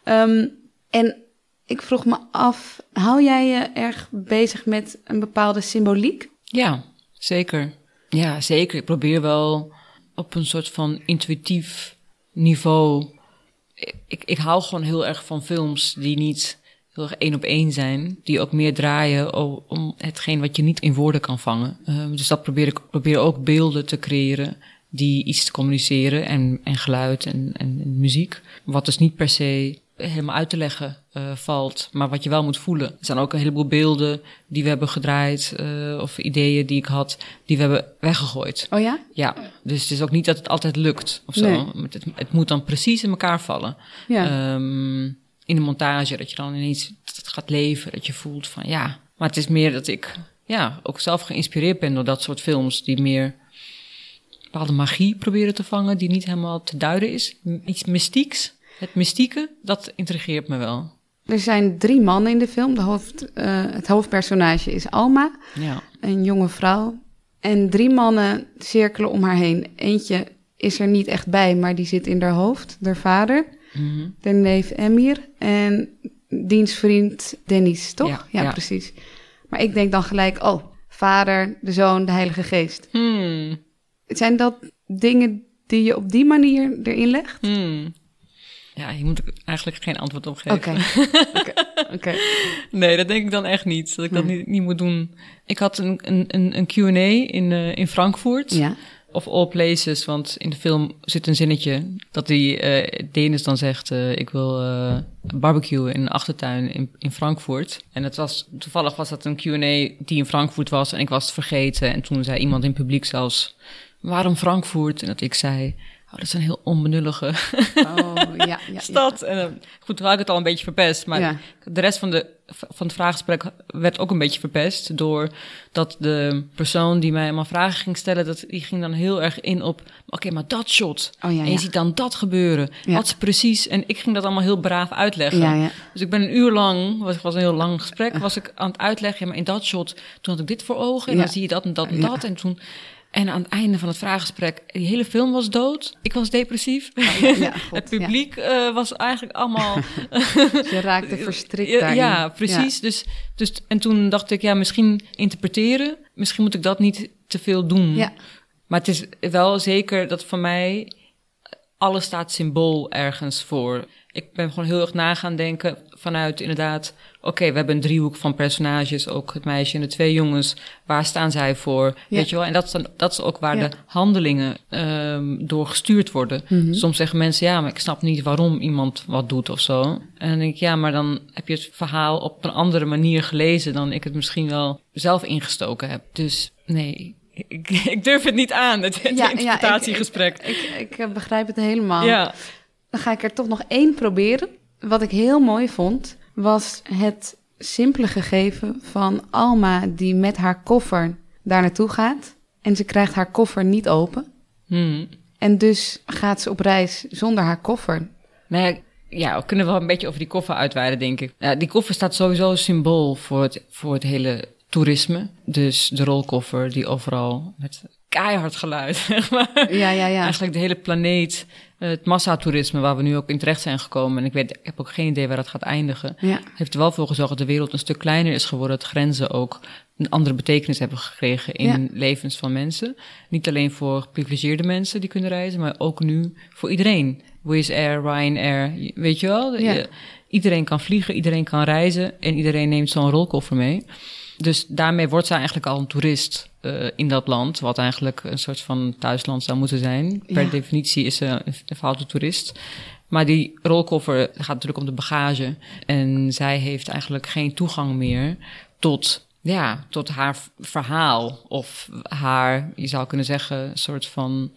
En ik vroeg me af, hou jij je erg bezig met een bepaalde symboliek? Ja, zeker. Ja, zeker. Ik probeer wel op een soort van intuïtief niveau. Ik hou gewoon heel erg van films die niet heel erg 1 op 1 zijn. Die ook meer draaien om hetgeen wat je niet in woorden kan vangen. Dus dat probeer ook beelden te creëren die iets te communiceren. En geluid en muziek. Wat dus niet per se helemaal uit te leggen valt, maar wat je wel moet voelen. Er zijn ook een heleboel beelden die we hebben gedraaid, of ideeën die ik had, die we hebben weggegooid. Oh ja? Ja, dus het is ook niet dat het altijd lukt of zo. Nee. Het moet dan precies in elkaar vallen. Ja. In de montage, dat je dan ineens het gaat leven, dat je voelt van ja. Maar het is meer dat ik ook zelf geïnspireerd ben door dat soort films die meer bepaalde magie proberen te vangen, die niet helemaal te duiden is. Iets mystieks. Het mystieke, dat intrigeert me wel. Er zijn 3 mannen in de film. Het hoofdpersonage is Alma, een jonge vrouw. En 3 mannen cirkelen om haar heen. Eentje is er niet echt bij, maar die zit in haar hoofd. Haar vader, de neef Emir en diens vriend Dennis, toch? Ja, precies. Maar ik denk dan gelijk, vader, de zoon, de Heilige Geest. Zijn dat dingen die je op die manier erin legt? Ja, hier moet ik eigenlijk geen antwoord op geven. Oké. Nee, dat denk ik dan echt niet. Dat ik dat niet moet doen. Ik had een Q&A in Frankfurt. Ja. Of all places, want in de film zit een zinnetje dat die Dennis dan zegt, ik wil barbecue in een achtertuin in Frankfurt. En toevallig was dat een Q&A die in Frankfurt was en ik was het vergeten. En toen zei iemand in het publiek zelfs, waarom Frankfurt? En dat ik zei, dat is een heel onbenullige stad. En, goed, toen had ik het al een beetje verpest. Maar de rest van het vraaggesprek werd ook een beetje verpest. Doordat de persoon die mij allemaal vragen ging stellen, die ging dan heel erg in op, oké, maar dat shot. En je ziet dan dat gebeuren. Wat is precies? En ik ging dat allemaal heel braaf uitleggen. Dus ik ben een uur lang, het was een heel lang gesprek, was ik aan het uitleggen. Maar in dat shot, toen had ik dit voor ogen. En dan zie je dat en dat en dat. En aan het einde van het vraaggesprek, die hele film was dood. Ik was depressief. Het publiek was eigenlijk allemaal... Je raakte verstrikt daarin. Ja, precies. Ja. Dus, en toen dacht ik, misschien interpreteren. Misschien moet ik dat niet te veel doen. Ja. Maar het is wel zeker dat voor mij alles staat symbool ergens voor. Ik ben gewoon heel erg na gaan denken vanuit inderdaad, oké, we hebben een driehoek van personages, ook het meisje en de 2 jongens. Waar staan zij voor? Ja. Weet je wel? En dat is ook waar de handelingen door gestuurd worden. Soms zeggen mensen, maar ik snap niet waarom iemand wat doet of zo. En dan denk ik, maar dan heb je het verhaal op een andere manier gelezen dan ik het misschien wel zelf ingestoken heb. Dus nee, ik durf het niet aan, het interpretatiegesprek. Ik begrijp het helemaal. Ja. Dan ga ik er toch nog 1 proberen. Wat ik heel mooi vond, was het simpele gegeven van Alma die met haar koffer daar naartoe gaat. En ze krijgt haar koffer niet open. En dus gaat ze op reis zonder haar koffer. Nee, we kunnen wel een beetje over die koffer uitweiden, denk ik. Die koffer staat sowieso symbool voor het hele toerisme. Dus de rolkoffer die overal met keihard geluid, zeg maar. Ja. Eigenlijk de hele planeet, het massatoerisme waar we nu ook in terecht zijn gekomen. En ik heb ook geen idee waar dat gaat eindigen. Heeft er wel voor gezorgd dat de wereld een stuk kleiner is geworden. Dat grenzen ook een andere betekenis hebben gekregen in levens van mensen. Niet alleen voor geprivilegeerde mensen die kunnen reizen, maar ook nu voor iedereen. Wizz Air, Ryanair, weet je wel? Iedereen kan vliegen, iedereen kan reizen en iedereen neemt zo'n rolkoffer mee. Dus daarmee wordt zij eigenlijk al een toerist in dat land, wat eigenlijk een soort van thuisland zou moeten zijn. Per definitie is ze een foute toerist. Maar die rolkoffer gaat natuurlijk om de bagage. En zij heeft eigenlijk geen toegang meer tot haar verhaal. Of haar, je zou kunnen zeggen, een soort van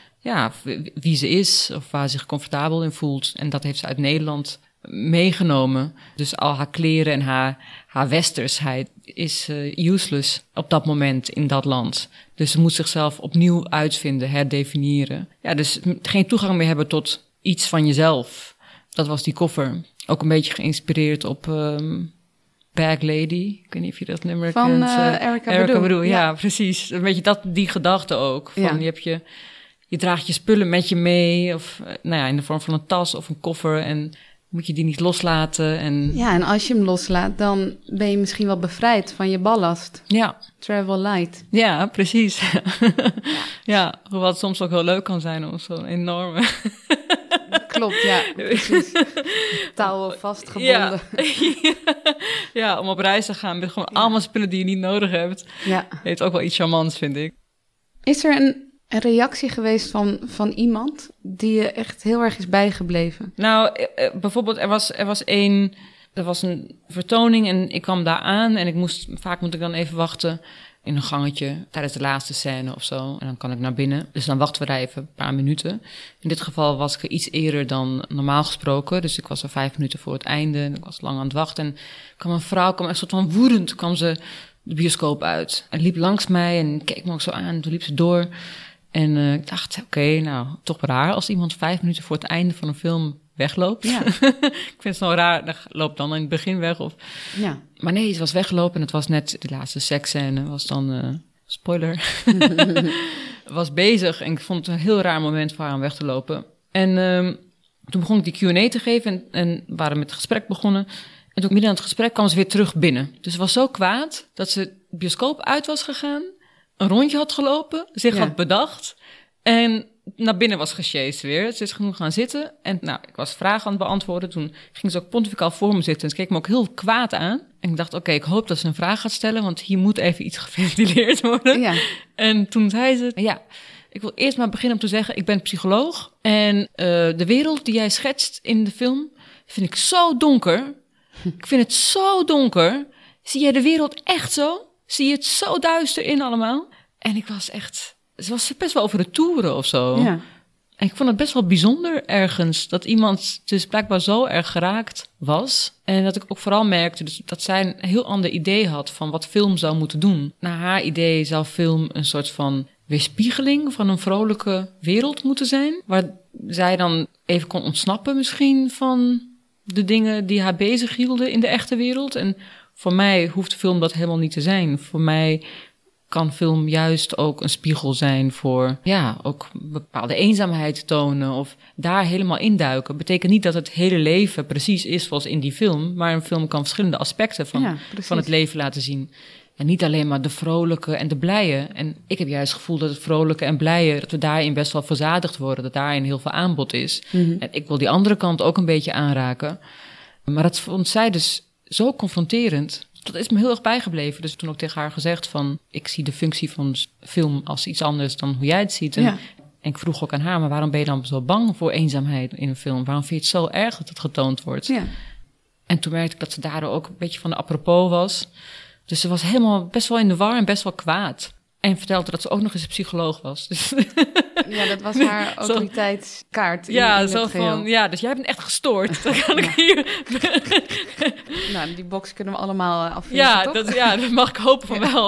wie ze is. Of waar ze zich comfortabel in voelt. En dat heeft ze uit Nederland meegenomen. Dus al haar kleren en haar westersheid is useless op dat moment in dat land. Dus ze moet zichzelf opnieuw uitvinden, herdefiniëren. Ja, dus geen toegang meer hebben tot iets van jezelf. Dat was die koffer. Ook een beetje geïnspireerd op Bag Lady. Ik weet niet of je dat nummer Van kent. Erykah Badu, ja. ja, precies. Een beetje die gedachte ook. Van, Ja. Je draagt je spullen met je mee. Of in de vorm van een tas of een koffer. En moet je die niet loslaten. En Ja, en als je hem loslaat, dan ben je misschien wel bevrijd van je ballast. ja, Travel light. ja, precies. Ja, hoewel het soms ook heel leuk kan zijn om zo'n enorme... Klopt, ja, precies. Touwen vastgebonden. Ja, om op reis te gaan met gewoon allemaal spullen die je niet nodig hebt. Ja. Heeft ook wel iets charmants, vind ik. Is er een reactie geweest van iemand die je echt heel erg is bijgebleven? Nou, bijvoorbeeld, er was een vertoning en ik kwam daar aan en vaak moet ik dan even wachten in een gangetje tijdens de laatste scène of zo. En dan kan ik naar binnen. Dus dan wachten we daar even een paar minuten. In dit geval was ik er iets eerder dan normaal gesproken. Dus ik was er 5 minuten voor het einde en ik was lang aan het wachten. En kwam een vrouw, kwam echt soort van woedend, kwam ze de bioscoop uit. En liep langs mij en keek me ook zo aan. Toen liep ze door. En ik dacht, oké, nou, toch raar als iemand 5 minuten voor het einde van een film wegloopt. Ja. Ik vind het zo raar, loop dan in het begin weg. Ja. Maar nee, ze was weggelopen en het was net de laatste seksscène. Was dan, spoiler, was bezig. En ik vond het een heel raar moment voor haar om weg te lopen. En toen begon ik die Q&A te geven en waren met het gesprek begonnen. En toen midden aan het gesprek kwam ze weer terug binnen. Dus ze was zo kwaad dat ze de bioscoop uit was gegaan, een rondje had gelopen, zich had bedacht en naar binnen was gesjeest weer. Ze is genoeg gaan zitten en ik was vragen aan het beantwoorden. Toen ging ze ook pontificaal voor me zitten en ze keek me ook heel kwaad aan. En ik dacht, oké, ik hoop dat ze een vraag gaat stellen, want hier moet even iets geventileerd worden. Ja. En toen zei ze, ik wil eerst maar beginnen om te zeggen, ik ben psycholoog en de wereld die jij schetst in de film vind ik zo donker. Ik vind het zo donker. Zie jij de wereld echt zo? Zie je het zo duister in allemaal? En ik was echt... Ze was best wel over de toeren of zo. Ja. En ik vond het best wel bijzonder ergens dat iemand dus blijkbaar zo erg geraakt was. En dat ik ook vooral merkte dus dat zij een heel ander idee had van wat film zou moeten doen. Naar haar idee zou film een soort van weerspiegeling van een vrolijke wereld moeten zijn. Waar zij dan even kon ontsnappen misschien van de dingen die haar bezighielden in de echte wereld. En voor mij hoeft film dat helemaal niet te zijn. Voor mij kan film juist ook een spiegel zijn voor, ook bepaalde eenzaamheid tonen of daar helemaal induiken. Betekent niet dat het hele leven precies is zoals in die film, maar een film kan verschillende aspecten van het leven laten zien. En niet alleen maar de vrolijke en de blije. En ik heb juist het gevoel dat het vrolijke en blije, dat we daarin best wel verzadigd worden, dat daarin heel veel aanbod is. Mm-hmm. En ik wil die andere kant ook een beetje aanraken. Maar dat vond zij dus zo confronterend. Dat is me heel erg bijgebleven. Dus toen ook tegen haar gezegd van, ik zie de functie van film als iets anders dan hoe jij het ziet. En ik vroeg ook aan haar, maar waarom ben je dan zo bang voor eenzaamheid in een film? Waarom vind je het zo erg dat het getoond wordt? Ja. En toen merkte ik dat ze daardoor ook een beetje van de apropos was. Dus ze was helemaal best wel in de war en best wel kwaad. En vertelde dat ze ook nog eens een psycholoog was. Dus ja, dat was haar autoriteitskaart. Ja, zo van, dus jij bent echt gestoord. Dan kan ik hier... Nou, die box kunnen we allemaal afvissen, ja, toch? Dat mag ik hopen van wel.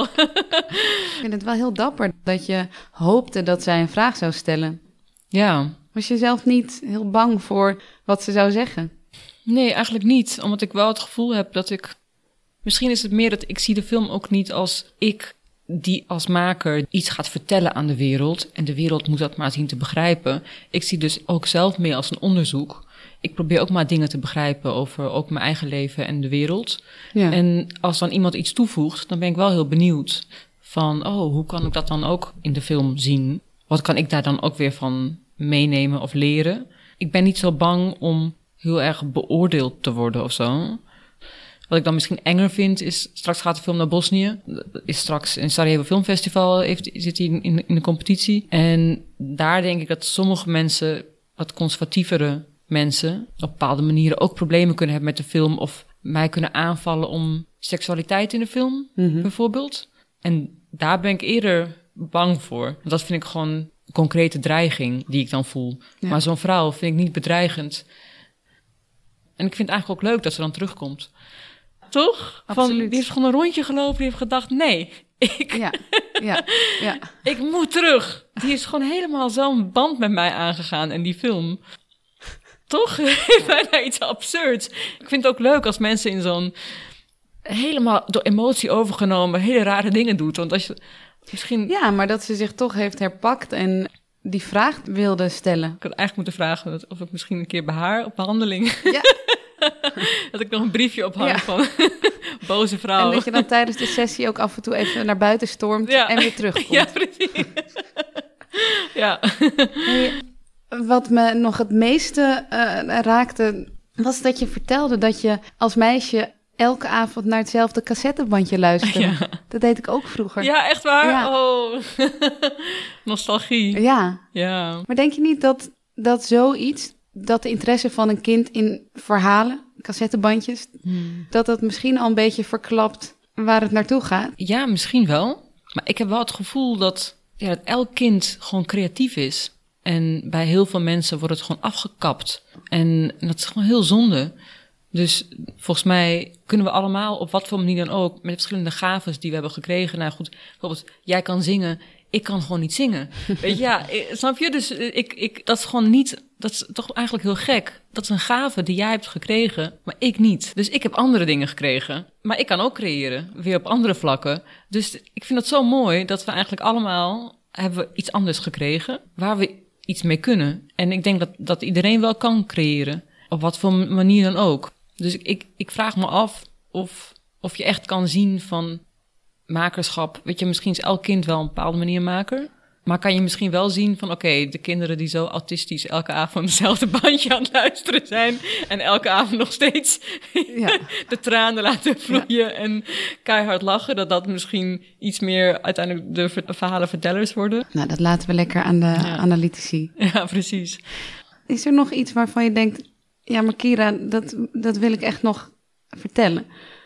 Ik vind het wel heel dapper dat je hoopte dat zij een vraag zou stellen. Ja. Was je zelf niet heel bang voor wat ze zou zeggen? Nee, eigenlijk niet. Omdat ik wel het gevoel heb dat ik... Misschien is het meer dat ik zie de film ook niet als ik die als maker iets gaat vertellen aan de wereld. En de wereld moet dat maar zien te begrijpen. Ik zie dus ook zelf meer als een onderzoek. Ik probeer ook maar dingen te begrijpen over ook mijn eigen leven en de wereld. Ja. En als dan iemand iets toevoegt, dan ben ik wel heel benieuwd van, hoe kan ik dat dan ook in de film zien? Wat kan ik daar dan ook weer van meenemen of leren? Ik ben niet zo bang om heel erg beoordeeld te worden of zo. Wat ik dan misschien enger vind is, straks gaat de film naar Bosnië. Is straks in Sarajevo Filmfestival, zit hij in de competitie. En daar denk ik dat sommige mensen, wat conservatievere mensen, op bepaalde manieren ook problemen kunnen hebben met de film. Of mij kunnen aanvallen om seksualiteit in de film, bijvoorbeeld. En daar ben ik eerder bang voor. Want dat vind ik gewoon een concrete dreiging die ik dan voel. Ja. Maar zo'n vrouw vind ik niet bedreigend. En ik vind het eigenlijk ook leuk dat ze dan terugkomt. Toch? Absoluut. Die heeft gewoon een rondje gelopen. Die heeft gedacht, nee, ik moet terug. Die is gewoon helemaal zo'n band met mij aangegaan in die film. Toch? Bijna iets absurds. Ik vind het ook leuk als mensen in zo'n helemaal door emotie overgenomen hele rare dingen doet. Want als je misschien... Ja, maar dat ze zich toch heeft herpakt en die vraag wilde stellen. Ik had eigenlijk moeten vragen of ik misschien een keer bij haar op behandeling... Ja. dat ik nog een briefje ophang van boze vrouw. En dat je dan tijdens de sessie ook af en toe even naar buiten stormt en weer terugkomt. Ja, precies. Ja. Hey, wat me nog het meeste raakte, was dat je vertelde dat je als meisje elke avond naar hetzelfde cassettebandje luisterde. Ja. Dat deed ik ook vroeger. Ja, echt waar? Ja. Oh, nostalgie. Ja. Ja. Maar denk je niet dat zoiets, dat de interesse van een kind in verhalen, cassettebandjes, dat misschien al een beetje verklapt waar het naartoe gaat? Ja, misschien wel. Maar ik heb wel het gevoel dat elk kind gewoon creatief is. En bij heel veel mensen wordt het gewoon afgekapt. En dat is gewoon heel zonde. Dus volgens mij kunnen we allemaal op wat voor manier dan ook, met verschillende gaves die we hebben gekregen. Nou goed, bijvoorbeeld, jij kan zingen, ik kan gewoon niet zingen. Weet je, ja, snap je? Dus dat is gewoon niet, dat is toch eigenlijk heel gek. Dat is een gave die jij hebt gekregen, maar ik niet. Dus ik heb andere dingen gekregen, maar ik kan ook creëren, weer op andere vlakken. Dus ik vind het zo mooi dat we eigenlijk allemaal hebben iets anders gekregen, waar we iets mee kunnen. En ik denk dat iedereen wel kan creëren, op wat voor manier dan ook. Dus ik vraag me af of je echt kan zien van makerschap. Weet je, misschien is elk kind wel een bepaalde manier maker. Maar kan je misschien wel zien van oké, de kinderen die zo autistisch elke avond hetzelfde bandje aan het luisteren zijn. En elke avond nog steeds de tranen laten vloeien en keihard lachen. Dat misschien iets meer uiteindelijk de verhalenvertellers worden. Nou, dat laten we lekker aan de analytici. Ja, precies. Is er nog iets waarvan je denkt, ja, maar Kira, dat wil ik echt nog vertellen?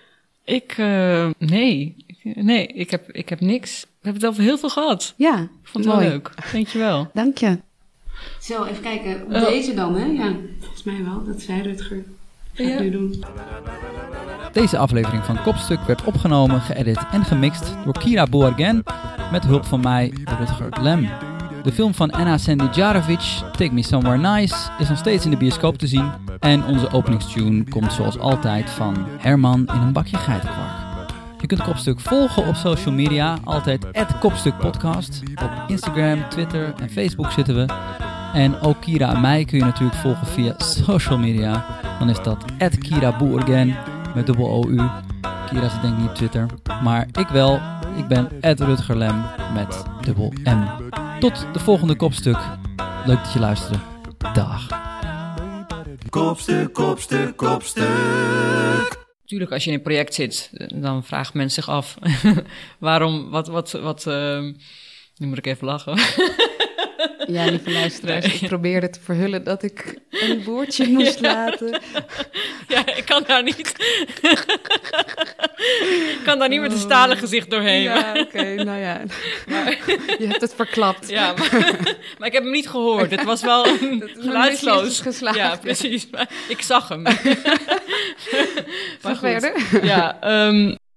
Nee, ik heb niks. We hebben het over heel veel gehad. Ja, ik vond het mooi. wel leuk. Dankjewel. Dank je. Zo, even kijken. Deze dan, hè? Ja, volgens mij wel. Dat zei Rutger. Ga ik nu doen. Deze aflevering van Kopstuk werd opgenomen, geëdit en gemixt door Kira Boergen met hulp van mij, Rutger Lem. De film van Anna Sendjarovic, Take Me Somewhere Nice, is nog steeds in de bioscoop te zien. En onze openingstune komt zoals altijd van Herman in een bakje geitenkwark. Je kunt Kopstuk volgen op social media, altijd @kopstukpodcast. Op Instagram, Twitter en Facebook zitten we. En ook Kira en mij kun je natuurlijk volgen via social media. Dan is dat @KiraBoergen met dubbel OU. Kira zit denk ik niet op Twitter, maar ik wel. Ik ben @RutgerLem met dubbel M. Tot de volgende Kopstuk. Leuk dat je luisterde. Dag. Kopstuk, kopstuk, kopstuk. Natuurlijk, als je in een project zit, dan vraagt men zich af waarom, nu moet ik even lachen. Ja, lieve luisteraars, ik probeerde te verhullen dat ik een woordje moest laten. Ja, ik kan daar niet. Ik kan daar niet met een stalen gezicht doorheen. Ja, oké, nou ja. Maar, je hebt het verklapt. Ja, maar ik heb hem niet gehoord. Het was wel geluidsloos. Geslaagd. Ja, precies. Maar ik zag hem. Maar verder? Ja,